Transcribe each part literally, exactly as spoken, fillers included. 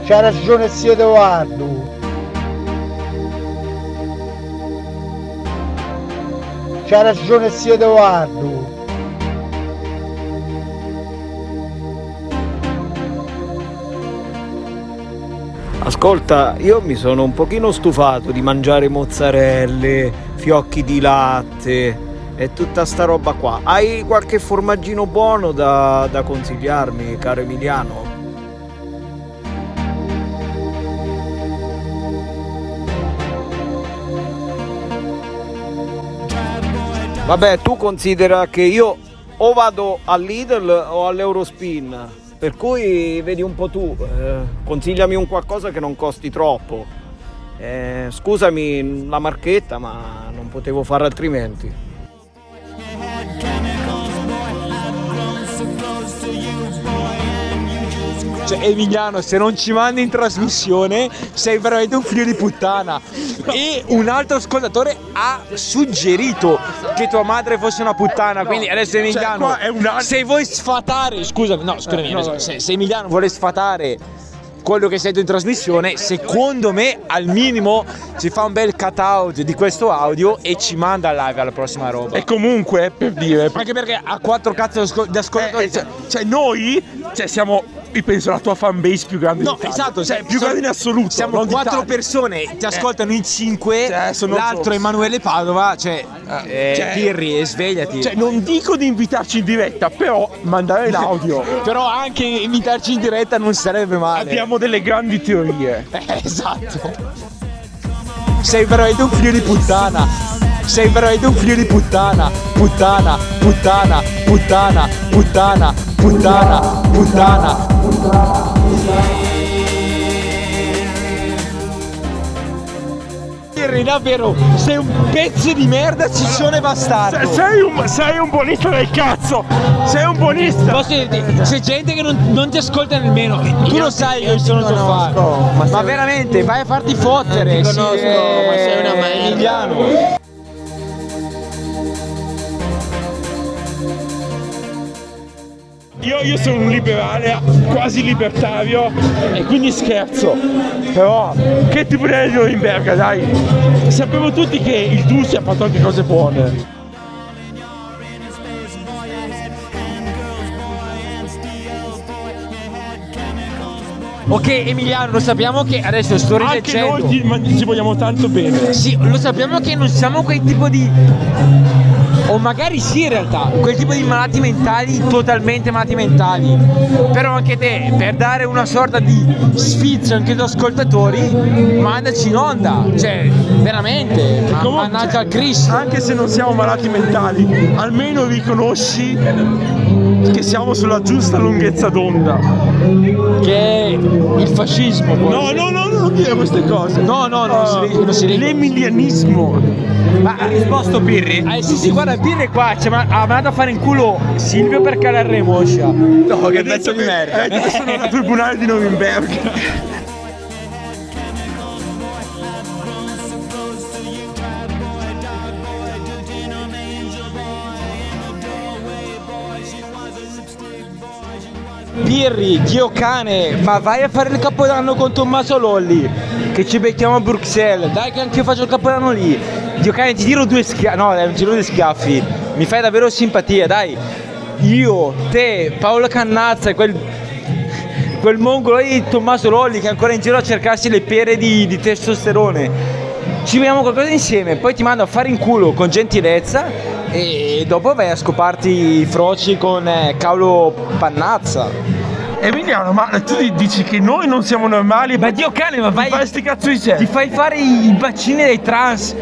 C'ha ragione zio Edoardo. C'ha ragione zio Edoardo. Ascolta, io mi sono un pochino stufato di mangiare mozzarelle, fiocchi di latte e tutta sta roba qua. Hai qualche formaggino buono da, da consigliarmi, caro Emiliano? Vabbè, tu considera che io o vado al Lidl o all'Eurospin, per cui vedi un po' tu, eh, consigliami un qualcosa che non costi troppo. Eh, scusami la marchetta, ma non potevo fare altrimenti. Cioè, Emiliano, se non ci mandi in trasmissione sei veramente un figlio di puttana. E un altro ascoltatore ha suggerito che tua madre fosse una puttana, no, quindi adesso Emiliano, cioè, è un altro... se vuoi sfatare, scusami, no, scusami, eh, no, adesso, se, se Emiliano vuole sfatare quello che sei tu in trasmissione, secondo me al minimo ci fa un bel cut out di questo audio e ci manda live alla prossima roba. E comunque, per dire, anche perché ha quattro cazzo di ascoltatori, eh, cioè, cioè noi, cioè siamo, io penso la tua fanbase più grande no, d'Italia. esatto, cioè più grande in assoluto. Siamo quattro persone, ti ascoltano in cinque, cioè, sono l'altro so. Emanuele Padova, cioè, eh, cioè Pirri, svegliati. Cioè non dico di invitarci in diretta, però mandare l'audio. Però anche invitarci in diretta non sarebbe male. Abbiamo delle grandi teorie. Eh, esatto. Sei veramente un figlio di puttana. Sei veramente un figlio di puttana. Puttana, puttana, puttana, puttana, puttana, puttana, puttana. Davvero, sei un pezzo di merda, ciccione bastardo. Sei un, sei un buonista del cazzo. Sei un buonista. Posso dirti, c'è gente che non, non ti ascolta nemmeno. Tu lo sai che io sono tuo fan. Ma, ma veramente, vai a farti fottere. Ti conosco, sì, eh, ma sei una merda. Emiliano. Io, io sono un liberale, quasi libertario, e quindi scherzo. Però, che tipo di Norimberga, dai? Sappiamo tutti che il Dulce ha fatto anche cose buone. Ok Emiliano, lo sappiamo che adesso sto rileggendo. Anche noi ti, ti vogliamo tanto bene. Sì, lo sappiamo che non siamo quel tipo di... o magari sì in realtà, quel tipo di malati mentali, totalmente malati mentali. Però anche te, per dare una sorta di sfizio anche agli ascoltatori, mandaci in onda. Cioè, veramente, ma, comunque, mannaggia al Cristo. Anche se non siamo malati mentali, almeno riconosci che siamo sulla giusta lunghezza d'onda. Che è il fascismo poi. No, no, no, non dire queste cose. No, no, no, uh, non si dice. L'emilianismo. Ma ha risposto Pirri? Eh sì sì, guarda, Pirri qua cioè, ma, ha mandato a fare in culo Silvio per calare Moscia. No, che pezzo di merda. Eh, che sono al tribunale di Norimberga. Pirri, Dio cane, ma vai a fare il capodanno con Tommaso Lolli, che ci becchiamo a Bruxelles. Dai che anche io faccio il capodanno lì. Dio cane, ti tiro due schiaffi, no, non tiro due schiaffi. Mi fai davvero simpatia, dai. Io, te, Paolo Cannazza e quel quel mongolo lì, Tommaso Lolli, che è ancora in giro a cercarsi le pere di, di testosterone. Ci vediamo qualcosa insieme, poi ti mando a fare in culo con gentilezza e dopo vai a scoparti i froci con eh, Paolo Pannazza. Emiliano, ma tu dici che noi non siamo normali? Ma Dio cane, ma vai, fai sti cazzo di sé. Ti fai fare i bacini dei trans.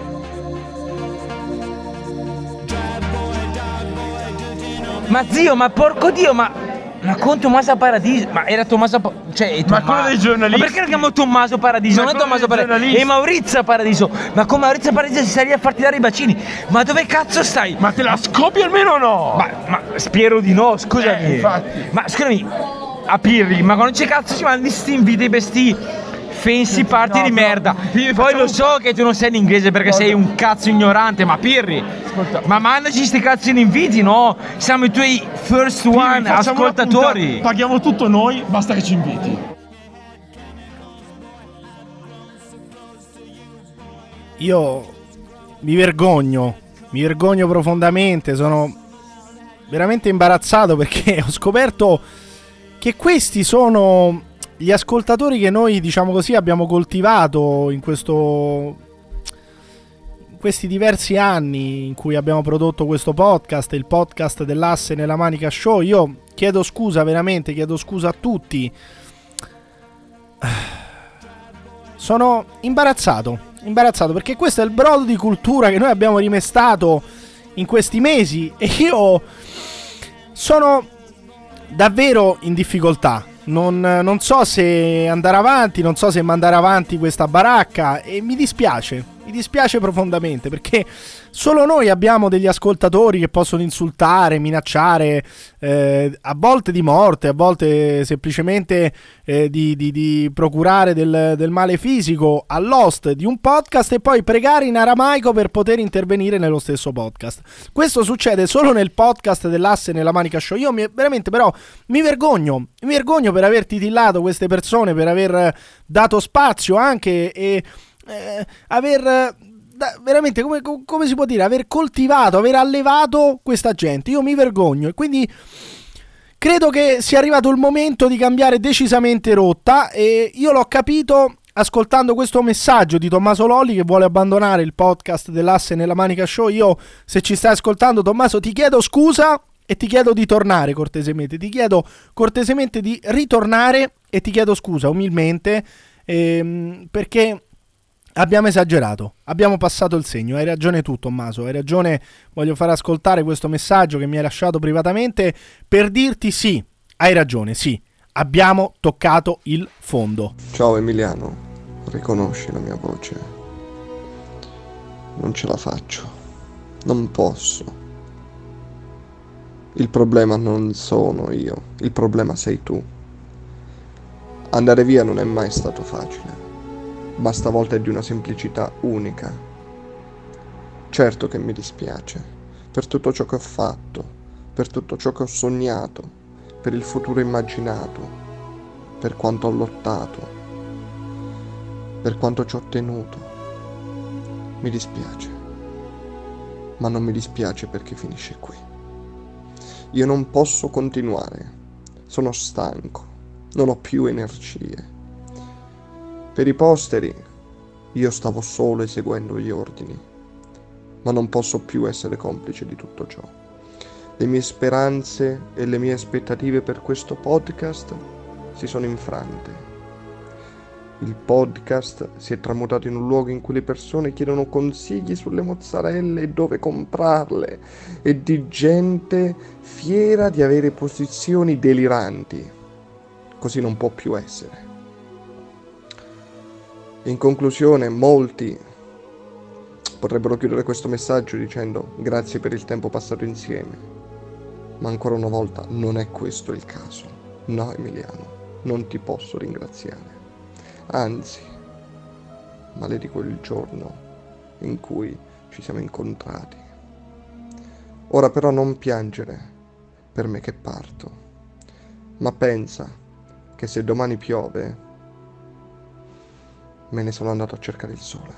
Ma zio, ma porco Dio, ma ma con Tommaso Paradiso, ma era Tommaso pa- cioè ma quello dei giornalisti. Ma perché lo chiamo Tommaso Paradiso? Ma non è Tommaso Paradiso, è Maurizio Paradiso. Ma con Maurizio Paradiso si sta lì a farti dare i bacini. Ma dove cazzo stai? Ma te la scopi almeno o no? Ma, ma spero di no, scusami. Eh, infatti. Ma scusami, a Pirri, ma quando c'è cazzo ci mandi sti inviti per sti fancy party no, di merda. Poi facciamo... lo so che tu non sei in inglese perché Ascolta. sei un cazzo ignorante, ma Pirri, Ascolta. ma mandaci sti cazzo in inviti, no? Siamo i tuoi first one Pirri, ascoltatori. Paghiamo tutto noi, basta che ci inviti. io mi vergogno, mi vergogno profondamente, sono veramente imbarazzato perché ho scoperto che questi sono gli ascoltatori che noi, diciamo così, abbiamo coltivato in questo in questi diversi anni in cui abbiamo prodotto questo podcast, il podcast dell'Asse nella Manica Show. Io chiedo scusa, veramente chiedo scusa a tutti. Sono imbarazzato, imbarazzato perché questo è il brodo di cultura che noi abbiamo rimestato in questi mesi e io sono davvero in difficoltà. Non, non so se andare avanti, non so se mandare avanti questa baracca e mi dispiace, mi dispiace profondamente perché solo noi abbiamo degli ascoltatori che possono insultare, minacciare, eh, a volte di morte, a volte semplicemente eh, di, di, di procurare del, del male fisico all'host di un podcast e poi pregare in aramaico per poter intervenire nello stesso podcast. Questo succede solo nel podcast dell'Asse nella Manica Show. Io mi, veramente però mi vergogno, mi vergogno per aver titillato queste persone, per aver dato spazio anche e eh, aver... Da, veramente come, come si può dire, aver coltivato, aver allevato questa gente. Io mi vergogno e quindi credo che sia arrivato il momento di cambiare decisamente rotta e io l'ho capito ascoltando questo messaggio di Tommaso Lolli che vuole abbandonare il podcast dell'Asse nella Manica Show. Io, se ci stai ascoltando, Tommaso, ti chiedo scusa e ti chiedo di tornare cortesemente, ti chiedo cortesemente di ritornare e ti chiedo scusa umilmente ehm, perché abbiamo esagerato, abbiamo passato il segno. Hai ragione tu, Tommaso, hai ragione. Voglio far ascoltare questo messaggio che mi hai lasciato privatamente per dirti sì, hai ragione, sì, abbiamo toccato il fondo. Ciao Emiliano, riconosci la mia voce? Non ce la faccio, non posso. Il problema non sono io, il problema sei tu. Andare via non è mai stato facile. Ma stavolta è di una semplicità unica. Certo che mi dispiace per tutto ciò che ho fatto, per tutto ciò che ho sognato, per il futuro immaginato, per quanto ho lottato, per quanto ci ho ottenuto. Mi dispiace, ma non mi dispiace perché finisce qui. Io non posso continuare, sono stanco, non ho più energie. Per i posteri io stavo solo eseguendo gli ordini, ma non posso più essere complice di tutto ciò. Le mie speranze e le mie aspettative per questo podcast si sono infrante. Il podcast si è tramutato in un luogo in cui le persone chiedono consigli sulle mozzarelle e dove comprarle, e di gente fiera di avere posizioni deliranti. Così non può più essere. In conclusione, molti potrebbero chiudere questo messaggio dicendo grazie per il tempo passato insieme, ma ancora una volta non è questo il caso. No, Emiliano, non ti posso ringraziare. Anzi, maledico il giorno in cui ci siamo incontrati. Ora però non piangere per me che parto, ma pensa che se domani piove me ne sono andato a cercare il sole.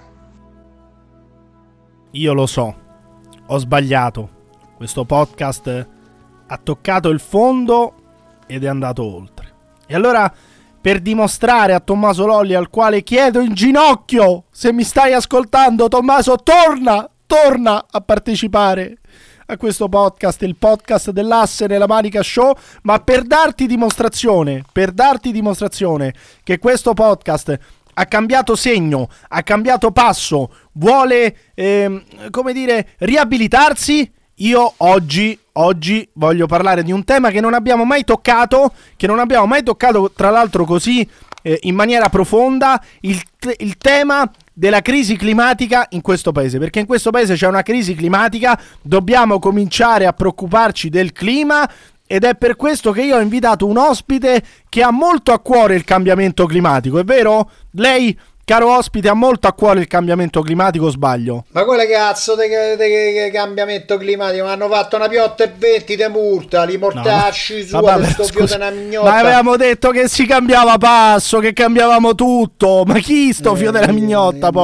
Io lo so, ho sbagliato. Questo podcast ha toccato il fondo ed è andato oltre. E allora, per dimostrare a Tommaso Lolli, al quale chiedo in ginocchio, se mi stai ascoltando, Tommaso, torna, torna a partecipare a questo podcast, il podcast dell'Asse nella Manica Show, ma per darti dimostrazione, per darti dimostrazione che questo podcast ha cambiato segno, ha cambiato passo, vuole, ehm, come dire, riabilitarsi. Io oggi, oggi voglio parlare di un tema che non abbiamo mai toccato, che non abbiamo mai toccato tra l'altro così eh, in maniera profonda, il, il tema della crisi climatica in questo paese, perché in questo paese c'è una crisi climatica, dobbiamo cominciare a preoccuparci del clima. Ed è per questo che io ho invitato un ospite che ha molto a cuore il cambiamento climatico, è vero? Lei, caro ospite, ha molto a cuore il cambiamento climatico, o sbaglio? Ma quale cazzo di cambiamento climatico? Mi hanno fatto una piotta e venti di multa, li mortacci no, su questo fio di una mignotta. Ma avevamo detto che si cambiava passo, che cambiavamo tutto. Ma chi sto eh, fio della mignotta eh, poi?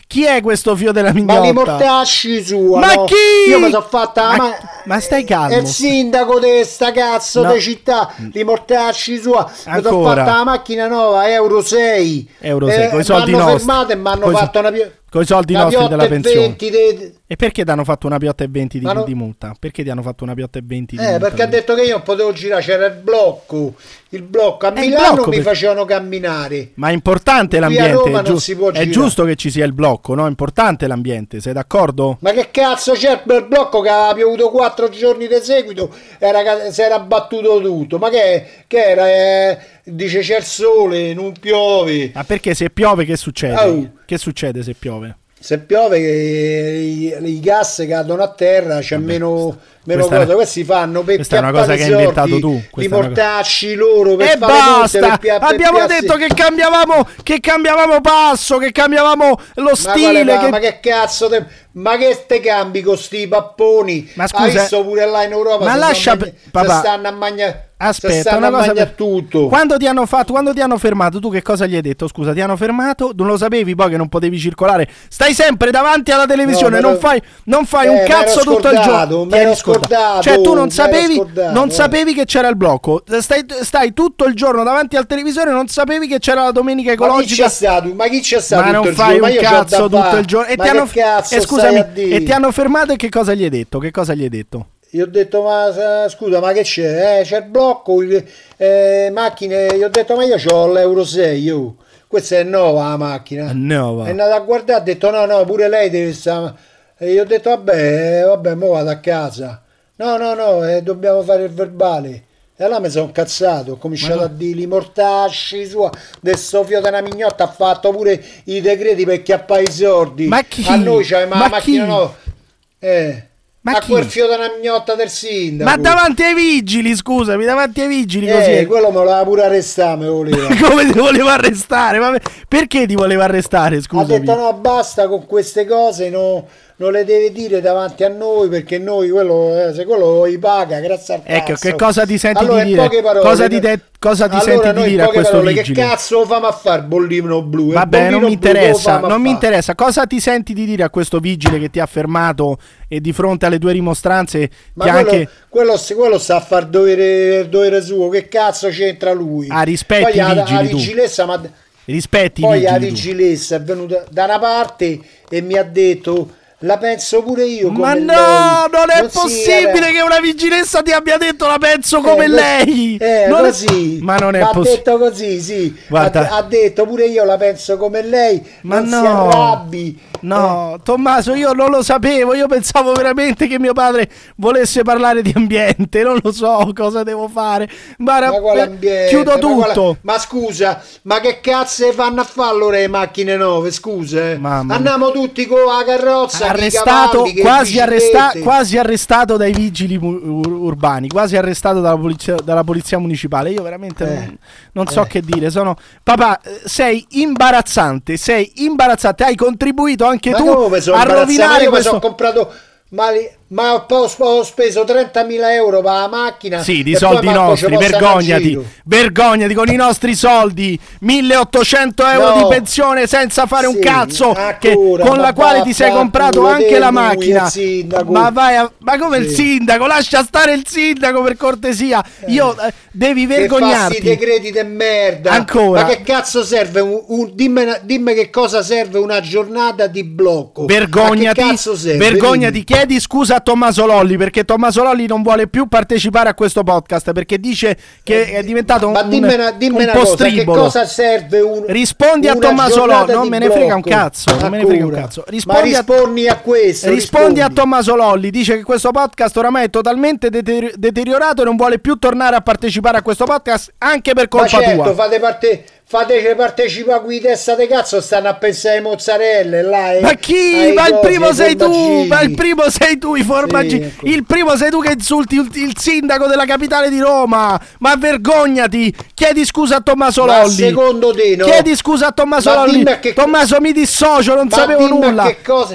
Chi è questo fio della mignotta? Ma li mortacci sua, ma no? chi? Io mi sono fatta ma, ma... ma stai calmo. È il sindaco di sta cazzo no. di città, li mortacci sua. Mi sono Ancora. fatta la macchina nuova, euro sei. Euro sei, eh, coi soldi m'hanno nostri. fermato e mi hanno Coi so- fatto una pio- Con i soldi una nostri della piotta e pensione. venti de... E perché ti hanno fatto una piotta e venti di, Ma no- di multa? Perché ti hanno fatto una piotta e venti di Eh, multa? perché ha detto che io non potevo girare, c'era il blocco. Il blocco a Eh, il Milano blocco mi per- facevano camminare. Ma è importante Qui a l'ambiente, Roma è, non giu- si può è girare. giusto che ci sia il blocco, no? È importante l'ambiente, sei d'accordo? Ma che cazzo c'è il blocco che aveva piovuto quattro giorni di seguito? Era, ca- si era battuto tutto. Ma che, che era? Eh, dice c'è il sole, non piove. Ma perché se piove che succede? Oh. Che succede se piove? Se piove che i, i gas cadono a terra, c'è meno, meno questa è cose. una- Questi fanno per questa è una chiappare cosa che i hai inventato sordi, tu, li questa è una cosa- mortacci loro per E fare tutte, basta! per pia- per Abbiamo piazzi- detto che cambiavamo, che cambiavamo passo, che cambiavamo lo Ma, stile. quale- che... ma che cazzo te... ma che te cambi con sti papponi? Ma scusa, hai visto pure là in Europa ma se lascia stanno a pe- magna- papà, se stanno a mangiare Aspetta, una cosa per... tutto. Quando ti hanno fatto, quando ti hanno fermato, tu che cosa gli hai detto? Scusa, ti hanno fermato, non lo sapevi poi che non potevi circolare. Stai sempre davanti alla televisione, No, non ero- fai, non fai Eh, un m'ero cazzo tutto il scordato, giorno. Ti m'ero eri scordato. scordato, Cioè, tu non m'ero sapevi, scordato, non eh. sapevi che c'era il blocco. Stai, stai tutto il giorno davanti al televisore, non sapevi che c'era la domenica Ma chi ecologica. c'è stato? Ma chi c'è stato Ma tutto non il fai giorno? Ma un io c'ho cazzo da tutto fare. il giorno. E Ma ti hanno, che cazzo e scusami, stai a dire? e ti hanno fermato e che cosa gli hai detto? Che cosa gli hai detto? Io ho detto, ma eh, scusa, ma che c'è? Eh, c'è il blocco, il- eh, macchine. Io ho detto, ma io ho l'euro sei, io. Questa è nuova la macchina. È nuova. È andata a guardare, ha detto, no, no, pure lei deve stare. E io ho detto, vabbè, eh, vabbè, mo vado a casa. No, no, no, eh, dobbiamo fare il verbale. E allora mi sono incazzato, ho cominciato Ma a dire, li mortacci sua, del Sofio della mignotta, ha fatto pure i decreti per chiappare i sordi. Ma chi? A noi c'è Ma la macchina chi? no. Eh. Ma a chi? quel fio della mignotta del sindaco. Ma davanti ai vigili, scusami, davanti ai vigili Eh, così. quello me lo voleva pure arrestare, me voleva. Come ti voleva arrestare? Ma perché ti voleva arrestare? Ha Scusami. detto no, basta con queste cose, no, non le deve dire davanti a noi perché noi quello, eh, se quello li paga, grazie al cazzo. Ecco, che cosa ti senti Allora, di in dire? poche parole, Cosa ti, de- cosa ti allora, senti noi di in dire a poche questo parole, vigile? Che cazzo lo famo a fare il bollino blu? Il Vabbè, non bollino mi blu lo interessa, famo a non mi fare? interessa. Cosa ti senti di dire a questo vigile che ti ha fermato e di fronte alle tue rimostranze Ma ti ha quello, anche... quello, quello sta a far dovere, il dovere suo, che cazzo c'entra lui? Ah, rispetti Poi i la- vigili, la tu. vigilessa ma Rispetti i poi la vigili tu. vigilessa è venuta da una parte e mi ha detto la penso pure io come Ma lei. no, non è si possibile era- che una vigilessa ti abbia detto la penso come Eh, lei. eh, Non è- così. Ma non è ha possibile. detto così, sì. Guarda. Ha, ha detto pure io la penso come lei. Ma non no. si arrabbi. No, Tommaso, io non lo sapevo, io pensavo veramente che mio padre volesse parlare di ambiente, non lo so cosa devo fare. Guarda, Ma quale eh, ambiente? chiudo Ma tutto. quale- Ma scusa, ma che cazzo fanno a fare allora le macchine nuove? Scusa, eh? Mamma mia. Andiamo tutti con la carrozza, con i Arrestato, cavalli, che quasi, biciclette. arresta- quasi arrestato dai vigili mu- ur- urbani, quasi arrestato dalla polizia, dalla polizia municipale. Io veramente Eh, non, non so eh. che dire. Sono papà, eh, sei imbarazzante, sei imbarazzante. Hai contribuito anche Ma tu come sono a imbarazzato? rovinare Io mi questo. sono comprato ma, li- ma ho, ho speso trentamila euro per la macchina. Sì, di e poi soldi manco nostri, ci posso andare in vergognati, giro. vergognati con i nostri soldi, milleottocento euro No. di pensione senza fare un Sì, cazzo, che- ancora, con ma la quale ti sei vaffanculo, comprato te anche la lui, macchina. il sindaco. Ma vai a- ma come il Sì. sindaco? Lascia stare il sindaco per cortesia. Io eh, devi Che fa sti vergognarti. decreti de merda. Ancora. Ma che cazzo serve un, un- dimmi, dimmi che cosa serve una giornata di blocco. Ma Vergognati, che cazzo serve? vergognati, Dimmi. chiedi scusa a Tommaso Lolli perché Tommaso Lolli non vuole più partecipare a questo podcast perché dice che è diventato un, Ma dimmi una, dimmi un una po' cosa, che stribolo. cosa serve un Rispondi a una Tommaso giornata Lolli, non di me ne frega un blocco? cazzo, non me ne frega un Ancora. cazzo. Ma Rispondi a, rispondi a questo. rispondi a rispondi. Tommaso Lolli, dice che questo podcast oramai è totalmente deter- deteriorato e non vuole più tornare a partecipare a questo podcast anche per Ma colpa certo, tua. fate parte fateci partecipare qui testa di cazzo, stanno a pensare ai mozzarelle là, e Ma chi? ai Ma il cosi, primo ai sei tu, formaggini. ma il primo sei tu, i formaggi. Sì, ecco. Il primo sei tu che insulti il, il sindaco della capitale di Roma. Ma vergognati. Chiedi scusa a Tommaso Ma Lolli. secondo te no? Chiedi scusa a Tommaso Ma Lolli. dimmi a che- Tommaso mi dissocio, non Ma sapevo dimmi a nulla. che cosa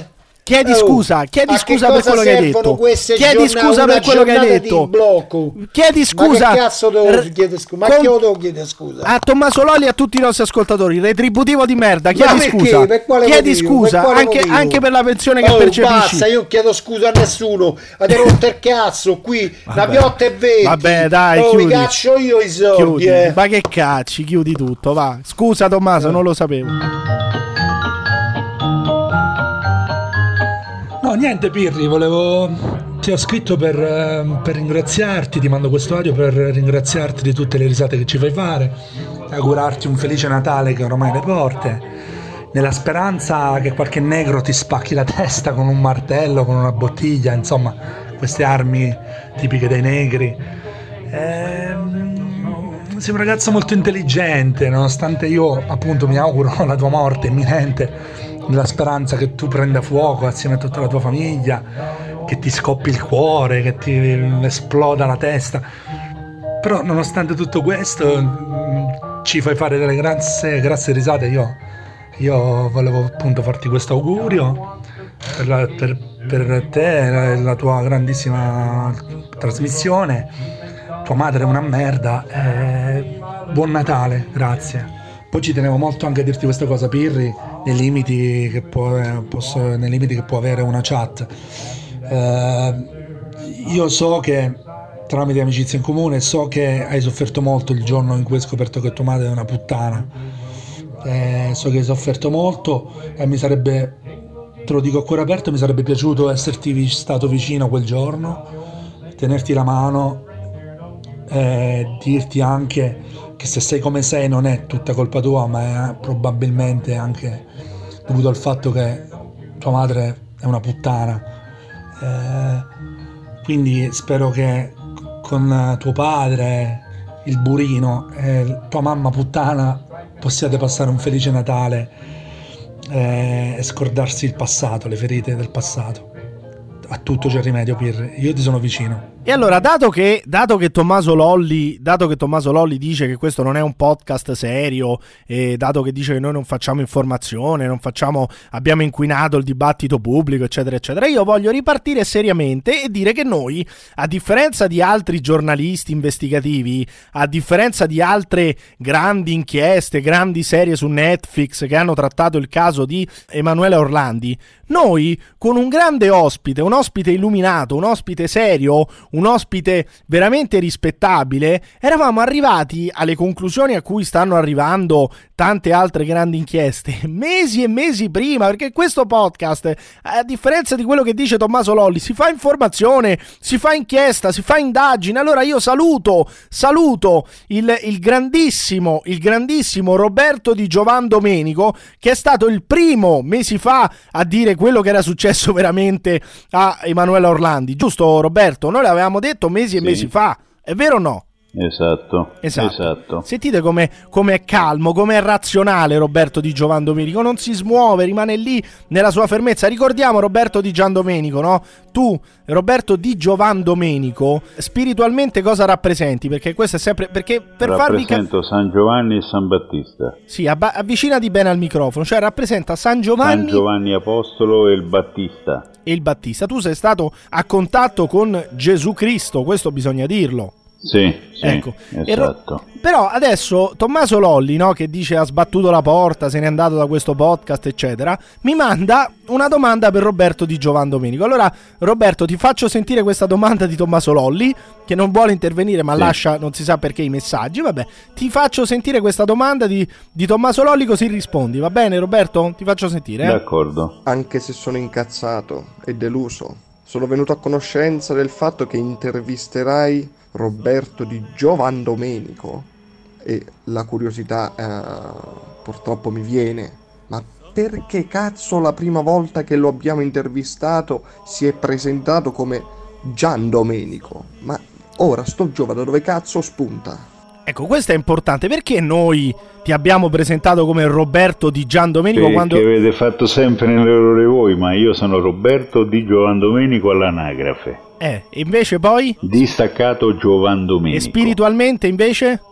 Chiedi Oh, scusa, chiedi a scusa che per cosa quello che hai servono detto. queste Chiedi giornate- scusa una per quello che hai giornata detto. di blocco? Chiedi scusa. Ma che cazzo devo R- chiedere scusa? Ma con- che devo chiedere scusa? A Tommaso Lolli e a tutti i nostri ascoltatori, retributivo di merda, chiedi perché? scusa. Per quale Chiedi motivo? scusa Per quale anche, motivo? anche per la pensione che Oh, percepisci. basta, io non chiedo scusa a nessuno. Avete rotto il cazzo qui, una piotta e venti. Vabbè, dai, oh, chiudi. vi caccio io i soldi, Chiudi. eh. Ma che cacci, chiudi tutto, va. Scusa Tommaso, non lo sapevo. No, niente Pirri, volevo... ti ho scritto per, eh, per ringraziarti, ti mando questo audio per ringraziarti di tutte le risate che ci fai fare, augurarti un felice Natale che ormai è alle porte, nella speranza che qualche negro ti spacchi la testa con un martello, con una bottiglia, insomma, queste armi tipiche dei negri. Ehm, sei un ragazzo molto intelligente, nonostante io appunto mi auguro la tua morte imminente, nella speranza che tu prenda fuoco assieme a tutta la tua famiglia, che ti scoppi il cuore, che ti esploda la testa. Però nonostante tutto questo mh, ci fai fare delle grasse, grasse risate. Io, io volevo appunto farti questo augurio per, la, per, per te e la tua grandissima trasmissione. Tua madre è una merda. Eh, buon Natale, grazie. Poi ci tenevo molto anche a dirti questa cosa, Pirri, nei limiti che può, eh, posso, nei limiti che può avere una chat. Eh, io so che, tramite amicizia in comune, so che hai sofferto molto il giorno in cui hai scoperto che tua madre è una puttana. Eh, so che hai sofferto molto e mi sarebbe, te lo dico a cuore aperto, mi sarebbe piaciuto esserti stato vicino quel giorno, tenerti la mano e dirti anche che se sei come sei non è tutta colpa tua, ma è probabilmente anche dovuto al fatto che tua madre è una puttana. Eh, quindi spero che con tuo padre, il burino, e tua mamma puttana possiate passare un felice Natale eh, e scordarsi il passato, le ferite del passato. A tutto c'è rimedio, Pirri, io ti sono vicino. E allora, dato che, dato che Tommaso Lolli, dato che Tommaso Lolli dice che questo non è un podcast serio, e dato che dice che noi non facciamo informazione, non facciamo, abbiamo inquinato il dibattito pubblico, eccetera, eccetera, io voglio ripartire seriamente e dire che noi, a differenza di altri giornalisti investigativi, a differenza di altre grandi inchieste, grandi serie su Netflix che hanno trattato il caso di Emanuela Orlandi, noi, con un grande ospite, un ospite illuminato, un ospite serio, un ospite veramente rispettabile, eravamo arrivati alle conclusioni a cui stanno arrivando tante altre grandi inchieste mesi e mesi prima, perché questo podcast, a differenza di quello che dice Tommaso Lolli, si fa informazione, si fa inchiesta, si fa indagine. Allora io saluto, saluto il, il grandissimo, il grandissimo Roberto Di Giovan Domenico, che è stato il primo mesi fa a dire quello che era successo veramente a Emanuela Orlandi, giusto Roberto? Noi l'avevamo detto mesi e Sì. mesi fa, è vero o no? Esatto, Esatto. esatto. Sentite come è calmo, come è razionale Roberto Di Giovan Domenico, non si smuove, rimane lì nella sua fermezza. Ricordiamo Roberto Di Gian Domenico, no? Tu, Roberto Di Giovan Domenico, spiritualmente cosa rappresenti? Perché questo è sempre, perché per farvi cap- Rappresento San Giovanni e San Battista. Sì, abba- avvicinati bene al microfono, cioè rappresenta San Giovanni, San Giovanni Apostolo e il Battista. e il Battista. Tu sei stato a contatto con Gesù Cristo, questo bisogna dirlo. Sì, sì, Ecco. E Ro- esatto. Però adesso Tommaso Lolli, no, che dice ha sbattuto la porta, se n'è andato da questo podcast, eccetera, mi manda una domanda per Roberto Di Giovan Domenico. Allora, Roberto, ti faccio sentire questa domanda di Tommaso Lolli, che non vuole intervenire, ma Sì. lascia non si sa perché i messaggi. Vabbè, ti faccio sentire questa domanda di, di Tommaso Lolli, così rispondi. Va bene, Roberto? Ti faccio sentire. Eh? D'accordo. Anche se sono incazzato e deluso, sono venuto a conoscenza del fatto che intervisterai Roberto Di Giovan Domenico e la curiosità eh, purtroppo mi viene, ma perché cazzo la prima volta che lo abbiamo intervistato si è presentato come Gian Domenico? Ma ora sto giovane da dove cazzo spunta? Ecco, questo è importante. Perché noi ti abbiamo presentato come Roberto Di Gian Domenico Che, quando... che avete fatto sempre nell'errore voi, ma io sono Roberto Di Giovan Domenico all'anagrafe. Eh, e invece poi? Distaccato Giovan Domenico. E spiritualmente invece?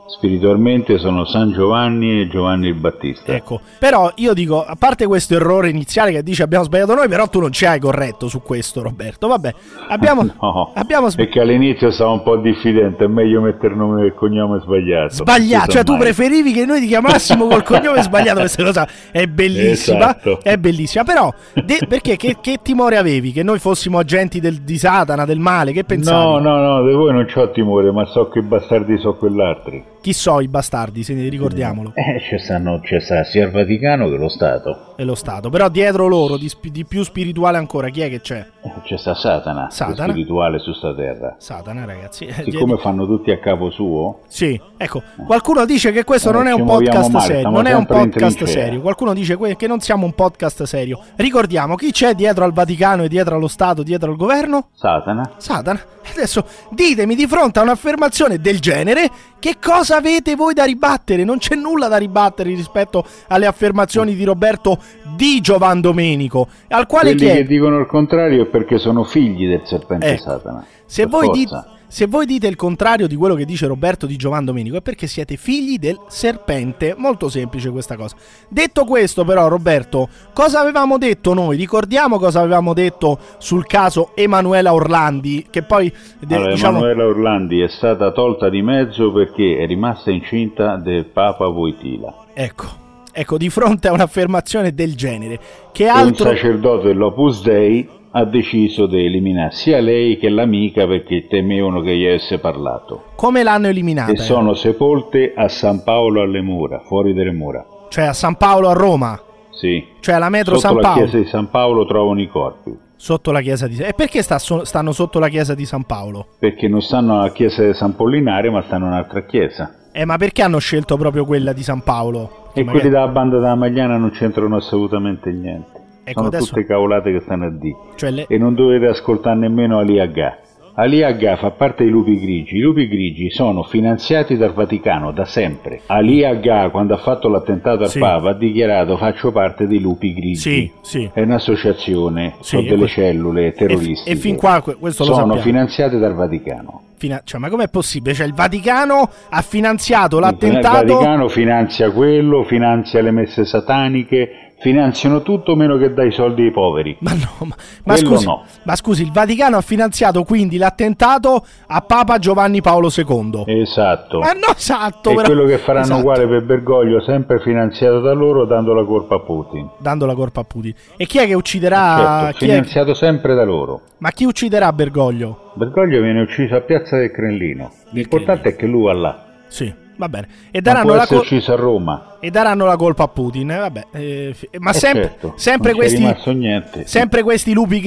Spiritualmente sono San Giovanni e Giovanni il Battista. Ecco, però io dico, a parte questo errore iniziale che dice abbiamo sbagliato noi, però tu non ci hai corretto su questo, Roberto. Vabbè, abbiamo, no, abbiamo sb- perché all'inizio stavo un po' diffidente, è meglio mettere il nome e cognome sbagliato. Sbagliato, cioè tu preferivi che noi ti chiamassimo col cognome sbagliato, questa cosa è bellissima, esatto. È bellissima, però de- perché che, che timore avevi? Che noi fossimo agenti del, di Satana, del male, che pensavi? No, no, no, di voi non c'ho timore, ma so che i bastardi so quell'altri. Chi so i bastardi, se ne ricordiamolo? Eh, c'è, stanno, c'è sta sia il Vaticano che lo Stato. E lo Stato, però dietro loro, di, sp- di più spirituale ancora, chi è che c'è? Eh, c'è sta Satana, Satana, spirituale su sta terra. Satana, ragazzi. Siccome fanno tutti a capo suo? Sì, ecco, qualcuno dice che questo eh, non è un podcast male, serio, non è un podcast serio. Qualcuno dice que- che non siamo un podcast serio. Ricordiamo, chi c'è dietro al Vaticano e dietro allo Stato, dietro al governo? Satana. Satana. Adesso ditemi di fronte a un'affermazione del genere che cosa avete voi da ribattere? Non c'è nulla da ribattere rispetto alle affermazioni di Roberto Di Giovandomenico, al quale quelli chiedo... che dicono il contrario è perché sono figli del serpente eh, Satana. Se voi, di, se voi dite il contrario di quello che dice Roberto Di Giovandomenico è perché siete figli del serpente. Molto semplice questa cosa. Detto questo però, Roberto, cosa avevamo detto noi? Ricordiamo cosa avevamo detto sul caso Emanuela Orlandi, che poi de, allora, diciamo... Emanuela Orlandi è stata tolta di mezzo perché è rimasta incinta del Papa Wojtyla. Ecco. Ecco, di fronte a un'affermazione del genere, che altro... un sacerdote dell'Opus Dei ha deciso di eliminare sia lei che l'amica perché temevano che gli avesse parlato. Come l'hanno eliminata? E sono sepolte a San Paolo alle mura, fuori dalle mura. Cioè a San Paolo a Roma? Sì. Cioè alla metro sotto San Paolo? Sotto la chiesa di San Paolo trovano i corpi. Sotto la chiesa di... E perché sta so... stanno sotto la chiesa di San Paolo? Perché non stanno alla chiesa di San Pollinare, ma stanno in un'altra chiesa. Eh, ma perché hanno scelto proprio quella di San Paolo? E magari... quelli della banda della Magliana non c'entrano assolutamente niente. Ecco, sono adesso... tutte cavolate che stanno a dire. Cioè le... E non dovete ascoltare nemmeno Ali Agha. Ali Agha fa parte dei lupi grigi. I lupi grigi sono finanziati dal Vaticano da sempre. Ali Agha, quando ha fatto l'attentato al sì. Papa, ha dichiarato: faccio parte dei lupi grigi. Sì, sì. È un'associazione, sì, sono delle que... cellule terroristiche. E, e fin qua questo lo sono sappiamo. finanziate dal Vaticano. Fina... Cioè, ma com'è possibile? Cioè, il Vaticano ha finanziato l'attentato. Il Vaticano finanzia quello, finanzia le messe sataniche, finanziano tutto meno che dai soldi ai poveri. Ma no, ma, ma, scusi, no. ma scusi, il Vaticano ha finanziato quindi l'attentato a Papa Giovanni Paolo secondo. Esatto. Ma no, esatto. E però... quello che faranno esatto. uguale per Bergoglio, sempre finanziato da loro, dando la colpa a Putin. Dando la colpa a Putin. E chi è che ucciderà? Certo, chi finanziato è... sempre da loro. Ma chi ucciderà Bergoglio? Bergoglio viene ucciso a Piazza del Cremlino. L'importante è che lui va là. Sì, va bene. E daranno, la, col- ucciso a Roma. e daranno la colpa a Putin. Eh, vabbè. Eh, ma eh sempre, certo, sempre, questi, niente. sempre questi lupi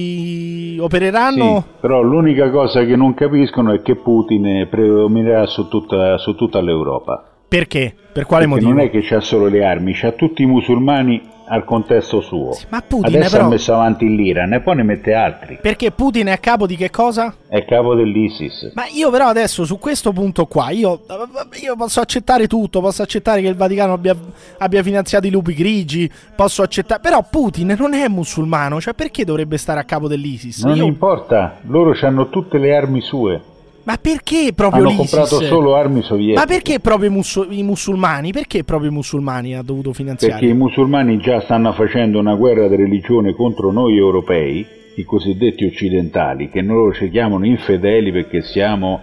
grigi opereranno? Sì, però l'unica cosa che non capiscono è che Putin predominerà su tutta, su tutta l'Europa. Perché? Per quale Perché motivo? Non è che c'ha solo le armi, c'ha tutti i musulmani al contesto suo. Sì, ma Putin adesso però... ha messo avanti l'Iran e poi ne mette altri. Perché Putin è a capo di che cosa? È capo dell'ISIS. Ma io però adesso su questo punto qua io, io posso accettare tutto, posso accettare che il Vaticano abbia, abbia finanziato i lupi grigi, posso accettare, però Putin non è musulmano, cioè perché dovrebbe stare a capo dell'ISIS? Non io... importa, loro hanno tutte le armi sue. Ma perché proprio Hanno l'ISIS? comprato solo armi sovietiche. Ma perché proprio i, musu- i musulmani? Perché proprio i musulmani ha dovuto finanziare? Perché i musulmani già stanno facendo una guerra di religione contro noi europei, i cosiddetti occidentali, che loro ci chiamano infedeli perché siamo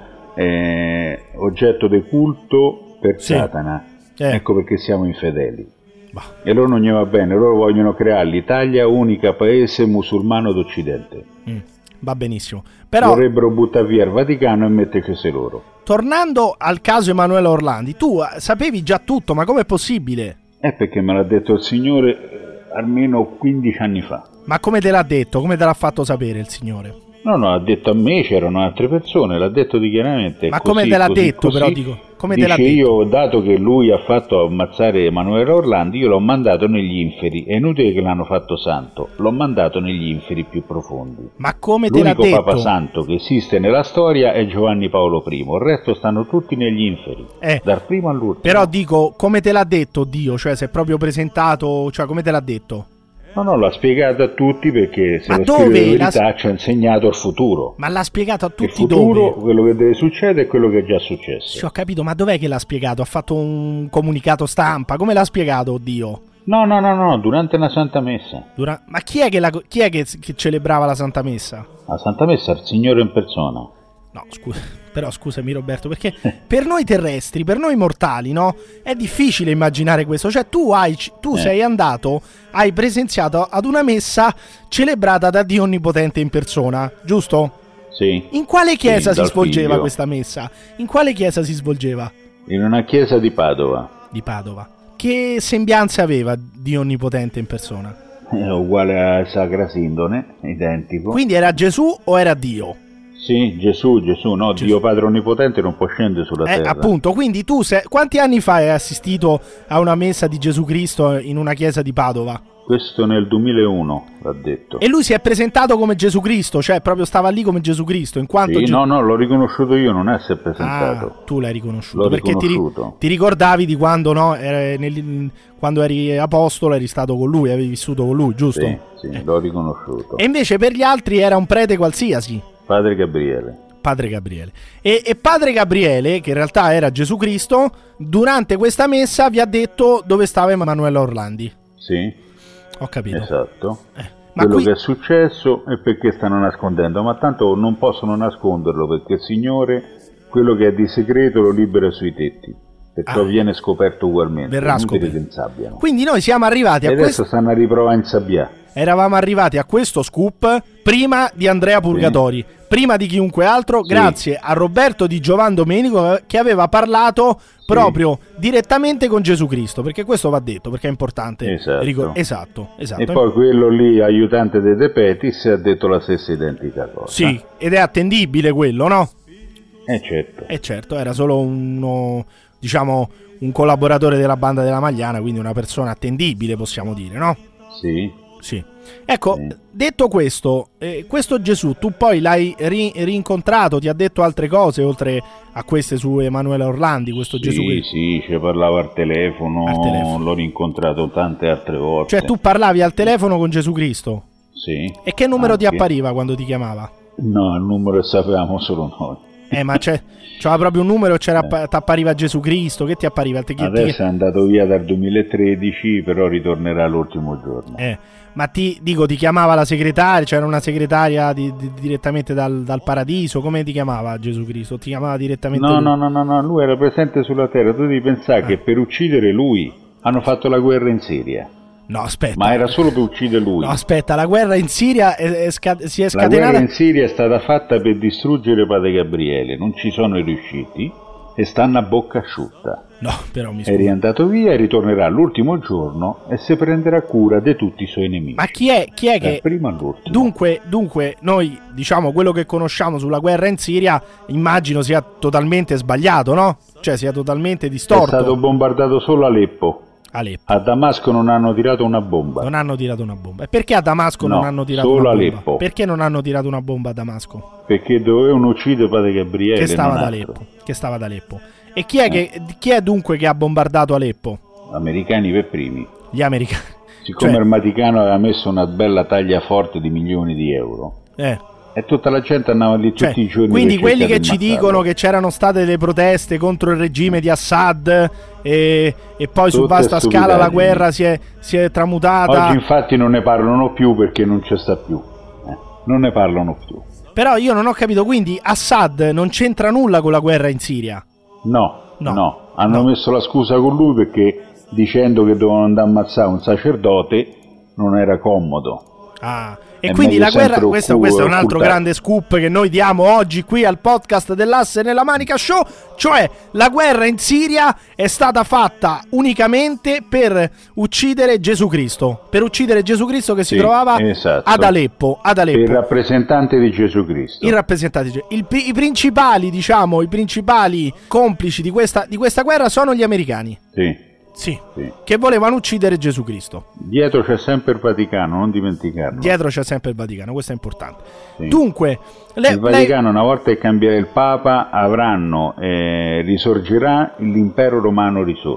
eh, oggetto di culto per sì. Satana. Eh. Ecco perché siamo infedeli. Bah. E loro non gli va bene, loro vogliono creare l'Italia unica paese musulmano d'Occidente. Mm. Va benissimo. Però vorrebbero buttare via il Vaticano e metterci loro. Tornando al caso Emanuela Orlandi, tu sapevi già tutto, ma com'è possibile? È perché me l'ha detto il signore eh, almeno quindici anni fa. Ma come te l'ha detto? Come te l'ha fatto sapere il signore? No, no, ha detto a me, c'erano altre persone, l'ha detto dichiaramente. Ma così, come te l'ha così, detto così. però dico? Come Dice, te l'ha detto? Io, dato che lui ha fatto ammazzare Emanuela Orlandi, io l'ho mandato negli inferi. È inutile che l'hanno fatto santo, l'ho mandato negli inferi più profondi. Ma come te l'ha detto? L'unico Papa Santo che esiste nella storia è Giovanni Paolo primo, il resto stanno tutti negli inferi, eh, dal primo all'ultimo. Però dico, come te l'ha detto Dio? Cioè, si è proprio presentato, cioè come te l'ha detto? No, no, l'ha spiegato a tutti perché se Ma lo dove? spirito di verità La- ci ha insegnato il futuro. Ma l'ha spiegato a Il tutti futuro, dove? quello che deve succedere è quello che è già successo. Sì, ho capito, ma dov'è che l'ha spiegato? Ha fatto un comunicato stampa? Come l'ha spiegato, oddio? No, no, no, no, durante una Santa Messa. Dura- Ma chi è, che, la... chi è che... che celebrava la Santa Messa? La Santa Messa è il Signore in persona. No, scusa, però scusami Roberto, perché per noi terrestri, per noi mortali, no? È difficile immaginare questo. Cioè tu hai tu Eh. sei andato, hai presenziato ad una messa celebrata da Dio Onnipotente in persona, giusto? Sì. In quale chiesa Sì, si dal svolgeva figlio. questa messa? In quale chiesa si svolgeva? In una chiesa di Padova. Di Padova. Che sembianze aveva Dio Onnipotente in persona? È uguale a Sacra Sindone, identico. Quindi era Gesù o era Dio? Sì, Gesù, Gesù, no, Gesù. Dio Padre Onnipotente non può scendere sulla Eh, terra. appunto, quindi tu sei... quanti anni fa hai assistito a una messa di Gesù Cristo in una chiesa di Padova? Questo nel duemilauno, l'ha detto. E lui si è presentato come Gesù Cristo, cioè proprio stava lì come Gesù Cristo, in quanto... Sì, Ge- no, no, l'ho riconosciuto io, non è si è presentato. Ah, tu l'hai riconosciuto, L'ho perché ti, ri- riconosciuto. ti ricordavi di quando, no, eri nel- quando eri apostolo, eri stato con lui, avevi vissuto con lui, giusto? Sì, sì, l'ho riconosciuto. E invece per gli altri era un prete qualsiasi, Padre Gabriele. Padre Gabriele. E, e Padre Gabriele, che in realtà era Gesù Cristo, durante questa messa vi ha detto dove stava Emanuela Orlandi. Sì, Ho capito. esatto. Eh, ma Quello qui... che è successo è perché stanno nascondendo, ma tanto non possono nasconderlo perché il Signore, quello che è di segreto, lo libera sui tetti. Perciò Ah. viene scoperto ugualmente. Verrà è inutile scoperto. che insabbiano. Quindi noi siamo arrivati E a adesso questo... stanno a riprovare a insabbiare. Eravamo arrivati a questo scoop prima di Andrea Purgatori, prima di chiunque altro, Sì. grazie a Roberto Di Giovan Domenico che aveva parlato proprio direttamente con Gesù Cristo, perché questo va detto, perché è importante. Esatto. Ricor- esatto, esatto. E poi quello lì, aiutante dei De Petis, ha detto la stessa identica cosa. Sì, ed è attendibile quello, no? Eh certo. E certo, era solo uno, diciamo, un collaboratore della banda della Magliana, quindi una persona attendibile, possiamo dire, no? Sì. Sì. Ecco, Sì. detto questo, eh, questo Gesù, tu poi l'hai ri- rincontrato, ti ha detto altre cose oltre a queste su Emanuela Orlandi, questo Sì, Gesù che... sì, ci parlava al telefono, Al telefono. l'ho rincontrato tante altre volte. Cioè tu parlavi al telefono con Gesù Cristo? Sì. E che numero ti anche. appariva quando ti chiamava? No, il numero sapevamo solo noi. Eh, ma c'è, c'era proprio un numero, c'era, ti appariva Gesù Cristo, che ti appariva? Ti, ti- Adesso è andato via dal duemilatredici, però ritornerà l'ultimo giorno. eh, ma ti dico, ti chiamava la segretaria, c'era una segretaria di- di- direttamente dal, dal paradiso, come ti chiamava Gesù Cristo? Ti chiamava direttamente No, lui? no, no, no, no, lui era presente sulla terra. Tu devi pensare Ah. che per uccidere lui hanno fatto la guerra in Siria. No, aspetta. Ma era solo per uccidere lui. No, aspetta, la guerra in Siria è, è sca- si è La guerra scatenata. in Siria è stata fatta per distruggere Padre Gabriele, non ci sono riusciti e stanno a bocca asciutta. No, però mi È scusi. riandato via e ritornerà l'ultimo giorno e si prenderà cura di tutti i suoi nemici. Ma chi è, chi è Dal che... primo all'ultimo. Dunque, dunque, noi, diciamo, quello che conosciamo sulla guerra in Siria, immagino sia totalmente sbagliato, no? Cioè, sia totalmente È distorto. stato bombardato solo Aleppo. Aleppo. A Damasco non hanno tirato una bomba. Non hanno tirato una bomba. E perché a Damasco No, non hanno tirato solo una bomba? Aleppo. Perché non hanno tirato una bomba a Damasco? Perché dovevano uccidere Padre Gabriele. Che stava non ad altro. Aleppo. Che stava ad Aleppo. E chi è, che, chi è dunque che ha bombardato Aleppo? Americani per primi. Gli americani. Siccome Cioè- il Vaticano aveva messo una bella taglia forte di milioni di euro Eh. e tutta la gente andava lì Cioè, tutti i giorni. quindi per quelli cercare che di ci ammazzarlo. dicono che c'erano state delle proteste contro il regime di Assad e, e poi su Tutte vasta scala la stupidaggini. guerra si è, si è tramutata. Oggi infatti non ne parlano più perché non c'è sta più. Eh, non ne parlano più. Però io non ho capito, quindi Assad non c'entra nulla con la guerra in Siria? No, No, no. Hanno no. messo la scusa con lui perché dicendo che dovevano andare a ammazzare un sacerdote non era comodo. Ah, e È quindi meglio la guerra, sempre questo, occu- questo è un altro occultare. grande scoop che noi diamo oggi qui al podcast dell'Asse nella Manica Show, cioè la guerra in Siria è stata fatta unicamente per uccidere Gesù Cristo, per uccidere Gesù Cristo che si Sì, trovava esatto. ad Aleppo, ad Il Aleppo. rappresentante di Gesù Cristo. I rappresentanti, il- i principali, diciamo, i principali complici di questa, di questa guerra sono gli americani. Sì, Sì, sì. che volevano uccidere Gesù Cristo. Dietro c'è sempre il Vaticano, non dimenticarlo. Dietro c'è sempre il Vaticano, questo è importante. Sì. Dunque, le- il lei- Vaticano, una volta che cambierà il Papa, avranno, eh, risorgerà l'impero romano risorto.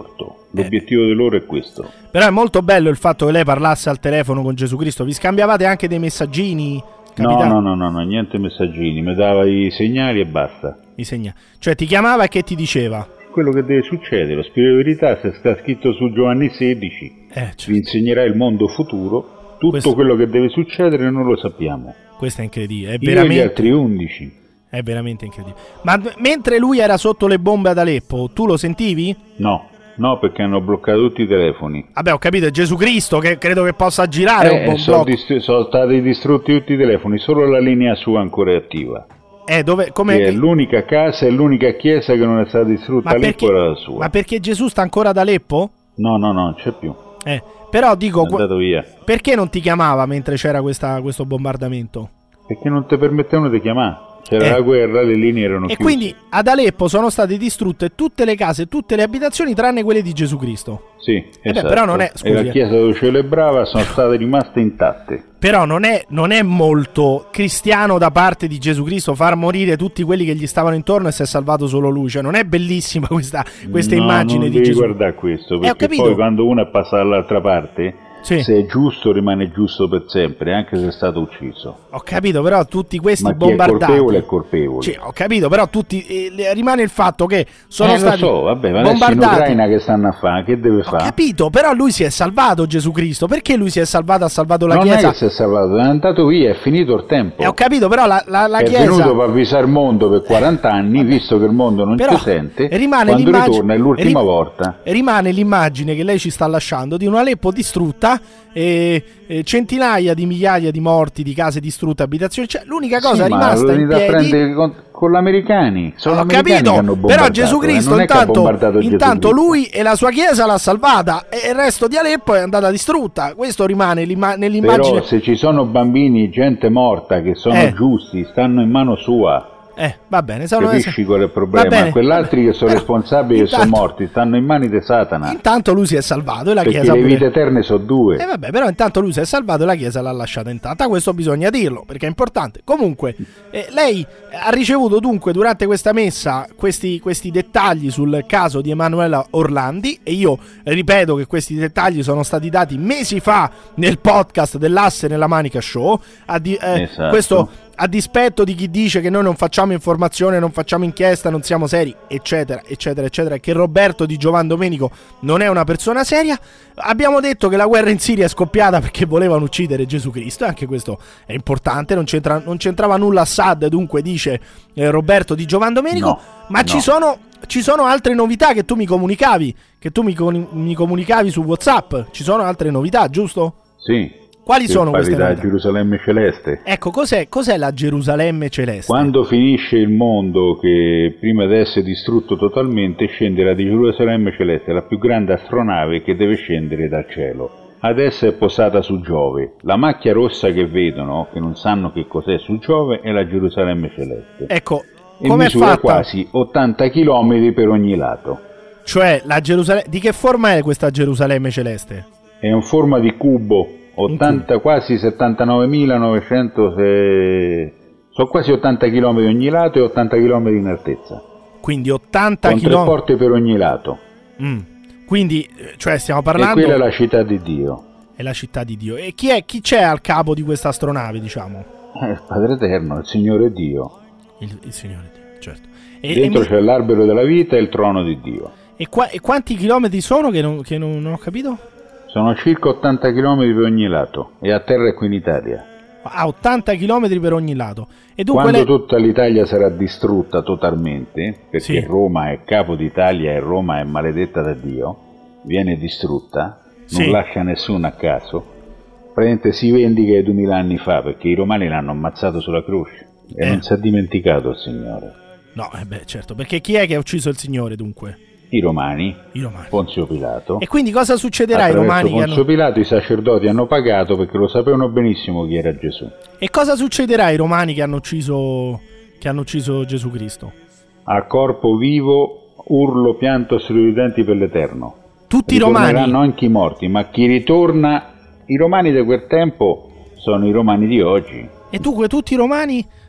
L'obiettivo di loro è questo. Però è molto bello il fatto che lei parlasse al telefono con Gesù Cristo. Vi scambiavate anche dei messaggini? No, no, no, no, no, niente messaggini, mi dava i segnali e basta. I segnali. Cioè ti chiamava e che ti diceva? Quello che deve succedere, lo spirito di verità, se sta scritto su Giovanni sedici, eh, certo. vi insegnerà il mondo futuro, tutto questo... quello che deve succedere non lo sappiamo. Questo è incredibile, è Io veramente... e gli altri undici. È veramente incredibile. Ma mentre lui era sotto le bombe ad Aleppo, tu lo sentivi? No. No, perché hanno bloccato tutti i telefoni. Vabbè, ho capito, è Gesù Cristo che credo che possa girare eh, un buon sono, blocco. dist- sono stati distrutti tutti i telefoni, solo la linea sua ancora è attiva. Eh, dove, come... È l'unica casa e l'unica chiesa che non è stata distrutta, ma perché, era la sua. Ma perché Gesù sta ancora ad Aleppo? No, no, no, non c'è più. Eh, però dico, è andato via. Perché non ti chiamava mentre c'era questa, questo bombardamento? Perché non ti permettevano di chiamare. C'era eh. la guerra, le linee erano e chiuse. Quindi ad Aleppo sono state distrutte tutte le case, tutte le abitazioni tranne quelle di Gesù Cristo. Sì, eh esatto. beh, però non è, scusi, e la chiesa dove celebrava sono state rimaste intatte. Però non è, non è molto cristiano da parte di Gesù Cristo far morire tutti quelli che gli stavano intorno e si è salvato solo lui. Cioè non è bellissima questa, questa no, immagine non di devi Gesù. Guardare questo, perché eh, poi quando uno è passato dall'altra parte, sì. se è giusto rimane giusto per sempre, anche se è stato ucciso. Ho capito, però tutti questi Ma chi bombardati. è colpevole è colpevole. Cioè, ho capito, però tutti eh, rimane il fatto che sono eh, stati lo so, vabbè, ma bombardati. adesso in Ucraina che stanno a fare, che deve fare? Ho capito, però lui si è salvato, Gesù Cristo. Perché lui si è salvato, ha salvato la non Chiesa? Non è che si è salvato, è andato via, è finito il tempo. Eh, ho capito, però la, la, la è Chiesa... È venuto per avvisare il mondo per quaranta anni, visto che il mondo non però ci sente, rimane quando l'immagine... ritorna è l'ultima rim... volta. Rimane l'immagine che lei ci sta lasciando di un Aleppo distrutta e, e centinaia di migliaia di morti, di case distrutte, abitazioni. Cioè, l'unica cosa sì, rimasta ma in piedi... a prendere con, con gli americani. Sono ho americani capito, che hanno però Gesù Cristo eh, intanto, intanto Gesù lui e la sua chiesa l'ha salvata e il resto di Aleppo è andata distrutta. Questo rimane nell'immagine. Però se ci sono bambini, gente morta che sono eh. giusti, stanno in mano sua. Eh, va bene, sono capisci qual è il problema? Quell'altri che sono responsabili intanto, che sono morti stanno in mani di Satana. Intanto lui si è salvato e la perché Chiesa le pure... vite eterne sono due. Eh vabbè, però intanto lui si è salvato e la Chiesa l'ha lasciata intatta. Questo bisogna dirlo perché è importante. Comunque, eh, lei ha ricevuto dunque durante questa messa questi, questi dettagli sul caso di Emanuela Orlandi e io ripeto che questi dettagli sono stati dati mesi fa nel podcast dell'Asse nella Manica Show. A di, eh, esatto. Questo a dispetto di chi dice che noi non facciamo informazione, non facciamo inchiesta, non siamo seri, eccetera, eccetera, eccetera, che Roberto Di Giovan Domenico non è una persona seria. Abbiamo detto che la guerra in Siria è scoppiata perché volevano uccidere Gesù Cristo, e anche questo è importante, non, c'entra, non c'entrava nulla Assad, dunque dice eh, Roberto Di Giovan Domenico, no, ma no. ci sono... Ci sono altre novità che tu mi comunicavi, che tu mi, mi comunicavi su WhatsApp, ci sono altre novità, giusto? Sì. Quali sono queste novità? Da Gerusalemme celeste. Ecco, cos'è, cos'è la Gerusalemme celeste? Quando finisce il mondo, che prima di essere distrutto totalmente, scende la Gerusalemme celeste, la più grande astronave che deve scendere dal cielo. Adesso è posata su Giove. La macchia rossa che vedono, che non sanno che cos'è su Giove, è la Gerusalemme celeste. Ecco, e come misura è fatta? Quasi ottanta chilometri per ogni lato. Cioè, la Gerusalemme... Di che forma è questa Gerusalemme celeste? È in forma di cubo. ottanta, quasi settantanovemilanovecento, se... sono quasi ottanta chilometri ogni lato e ottanta chilometri in altezza. Quindi ottanta chilometri. Con tre porte per ogni lato. Mm. Quindi, cioè, stiamo parlando... E quella è la città di Dio. È la città di Dio. E chi è, chi c'è al capo di questa astronave, diciamo? Eh, il Padre Eterno, il Signore Dio. Il, il Signore Dio, certo. E, Dentro e c'è mi... l'albero della vita e il trono di Dio. E, qua, e quanti chilometri sono che, non, che non, non ho capito? Sono circa ottanta chilometri per ogni lato e a terra è qui in Italia. A ottanta chilometri per ogni lato. E dunque quando lei... tutta l'Italia sarà distrutta totalmente, perché sì. Roma è capo d'Italia e Roma è maledetta da Dio, viene distrutta, non sì. lascia nessuno a caso, praticamente si vendica duemila anni fa, perché i romani l'hanno ammazzato sulla croce e eh. non si è dimenticato il Signore. No, eh beh, certo, perché chi è che ha ucciso il Signore dunque? I romani, I romani, Ponzio Pilato. E quindi cosa succederà ai romani? Ponzio hanno... Pilato i sacerdoti hanno pagato perché lo sapevano benissimo chi era Gesù. E cosa succederà ai romani che hanno ucciso, che hanno ucciso Gesù Cristo? A corpo vivo, urlo, pianto, stridenti per l'Eterno. Tutti i romani? Ritorneranno anche i morti, ma chi ritorna, i romani di quel tempo sono i romani di oggi. E dunque tutti i romani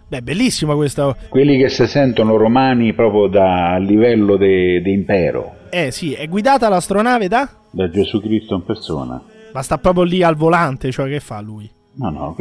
Beh, bellissima questa. Quelli che si sentono romani proprio da a livello di impero. Eh sì, è guidata l'astronave da? Da Gesù Cristo in persona. Ma sta proprio lì al volante, cioè che fa lui? No, no,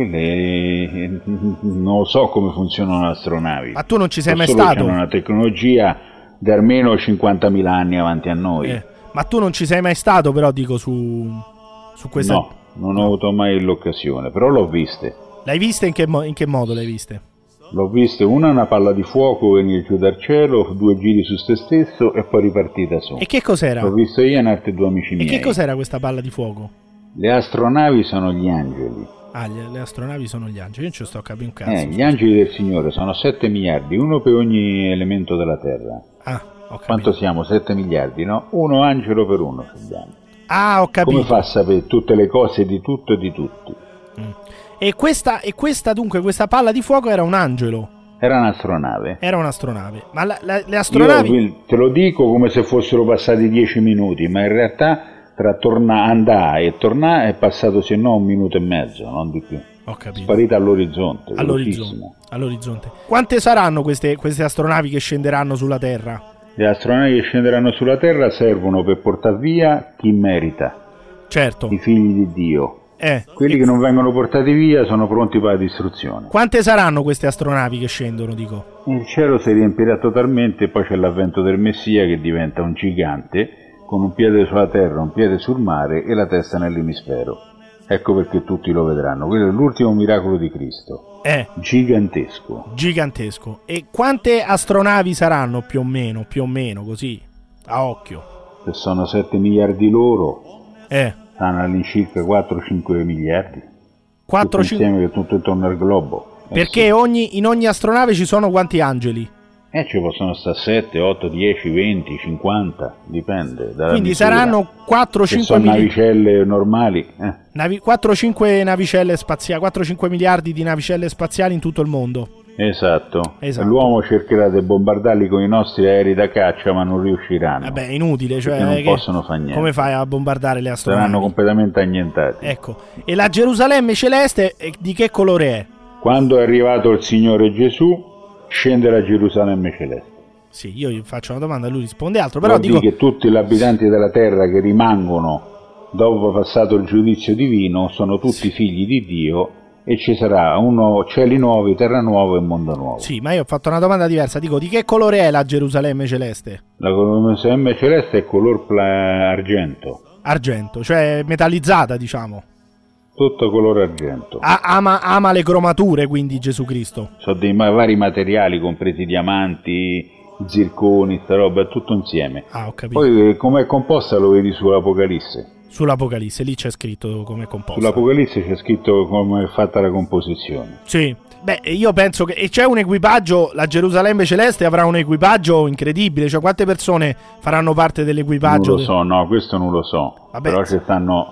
quelle non so come funzionano le astronavi. Ma tu non ci sei mai solo stato? Hanno una tecnologia di almeno cinquantamila anni avanti a noi. Eh, ma tu non ci sei mai stato, però dico su su questa. No, non ho avuto mai l'occasione, però l'ho viste. L'hai vista in che, mo- in che modo l'hai viste? L'ho viste, una una palla di fuoco venire giù dal cielo, due giri su se stesso e poi ripartita su. E che cos'era? L'ho visto io e altri due amici E miei. che cos'era questa palla di fuoco? Le astronavi sono gli angeli. Ah, le, le astronavi sono gli angeli. Io non ci sto a capire un cazzo. Eh, gli angeli del Signore sono sette miliardi, uno per ogni elemento della Terra. Ah, ho capito. Quanto siamo? sette miliardi, no? Uno angelo per uno abbiamo. Ah, ho capito. Come fa a sapere tutte le cose di tutto e di tutti? Mm. E questa, e questa dunque, questa palla di fuoco era un angelo? Era un'astronave. Era un'astronave. Ma la, la, le astronavi... Io te lo dico come se fossero passati dieci minuti, ma in realtà tra torna, andare e tornare è passato se no un minuto e mezzo, non di più. Ho capito. Sparita all'orizzonte. All'orizzonte. all'orizzonte. Quante saranno queste, queste astronavi che scenderanno sulla Terra? Le astronavi che scenderanno sulla Terra servono per portare via chi merita. Certo. I figli di Dio. Eh, Quelli e... che non vengono portati via sono pronti per la distruzione. Quante saranno queste astronavi che scendono, dico? Il cielo si riempirà totalmente e poi c'è l'avvento del Messia che diventa un gigante con un piede sulla terra, un piede sul mare e la testa nell'emisfero. Ecco perché tutti lo vedranno. Quello è l'ultimo miracolo di Cristo. Eh. Gigantesco. Gigantesco. E quante astronavi saranno più o meno, più o meno, così, a occhio? Se sono sette miliardi loro, eh. stanno all'incirca quattro cinque miliardi. quattro cinque insieme che tutto intorno al globo. Eh Perché sì. ogni, in ogni astronave ci sono quanti angeli? Eh, ci possono stare sette, otto, dieci, venti, cinquanta, dipende. Quindi misura. saranno quattro cinque sono mili... navicelle normali. Eh. Navi... quattro cinque navicelle spaziali, quattro cinque miliardi di navicelle spaziali in tutto il mondo. Esatto. esatto. L'uomo cercherà di bombardarli con i nostri aerei da caccia, ma non riusciranno. Vabbè, è inutile, cioè non che... possono fare niente. Come fai a bombardare le astronavi? Saranno completamente annientati. Ecco. E la Gerusalemme celeste di che colore è? Quando è arrivato il Signore Gesù, scende la Gerusalemme celeste. Sì, io gli faccio una domanda e lui risponde altro, però Vuol dico dire che tutti gli abitanti della terra che rimangono dopo passato il giudizio divino sono tutti sì. figli di Dio e ci sarà uno cieli nuovi, terra nuova e mondo nuovo. Sì, ma io ho fatto una domanda diversa, dico di che colore è la Gerusalemme celeste? La Gerusalemme celeste è color pla- argento. Argento, cioè metallizzata, diciamo. Tutto colore argento. A- ama, ama le cromature, quindi Gesù Cristo. Sono dei ma- vari materiali, compresi diamanti, zirconi, sta roba, è tutto insieme. Ah, ho capito. Poi com'è composta lo vedi sull'Apocalisse. Sull'Apocalisse, lì c'è scritto com'è composta. Sull'Apocalisse c'è scritto come è fatta la composizione. Sì. Beh, io penso che e c'è un equipaggio, la Gerusalemme celeste avrà un equipaggio incredibile, cioè quante persone faranno parte dell'equipaggio? Non lo so, no, questo non lo so. Vabbè, però ci stanno...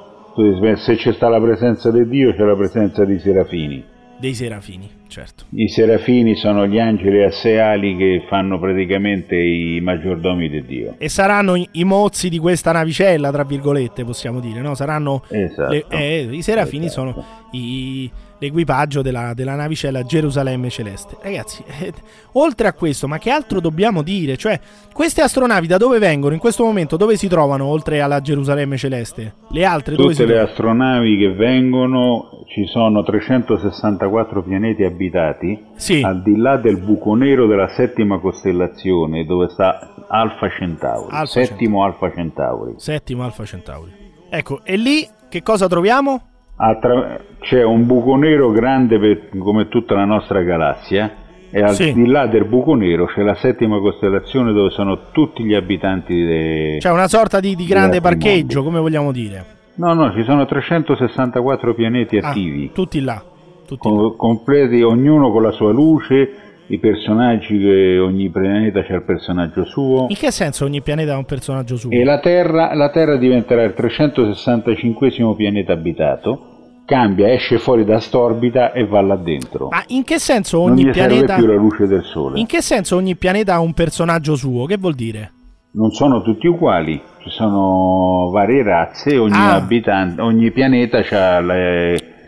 Se c'è sta la presenza di Dio, c'è la presenza dei serafini. Dei serafini, certo. I serafini sono gli angeli a sei ali che fanno praticamente i maggiordomi di Dio. E saranno i, i mozzi di questa navicella, tra virgolette, possiamo dire, no? Saranno esatto. le, eh, i serafini esatto. sono i, l'equipaggio della, della navicella Gerusalemme celeste. Ragazzi, eh, oltre a questo, ma che altro dobbiamo dire? Cioè, queste astronavi da dove vengono in questo momento? Dove si trovano oltre alla Gerusalemme celeste? Le altre dove Tutte si le trovano? astronavi che vengono, ci sono trecentosessantaquattro pianeti abitati, sì. al di là del buco nero della settima costellazione, dove sta Alfa Centauri, Alfa settimo Centauri. Alfa Centauri. Settimo Alfa Centauri. Ecco, e lì che cosa troviamo? Attra- c'è un buco nero grande per, come tutta la nostra galassia e al sì. di là del buco nero c'è la settima costellazione dove sono tutti gli abitanti de- C'è una sorta di, di grande parcheggio, mondi. Come vogliamo dire? No, no, ci sono trecentosessantaquattro pianeti ah, attivi. Tutti là. Tutti con, là. Completi, ognuno con la sua luce, i personaggi, che ogni pianeta c'è il personaggio suo. In che senso ogni pianeta ha un personaggio suo? E la Terra, la Terra diventerà il trecentosessantacinquesimo pianeta abitato, cambia, esce fuori da st'orbita e va là dentro. Ma in che senso ogni non gli pianeta serve più la luce del sole. In che senso ogni pianeta ha un personaggio suo? Che vuol dire? Non sono tutti uguali, ci sono varie razze, ogni ah. abitante, ogni pianeta ha le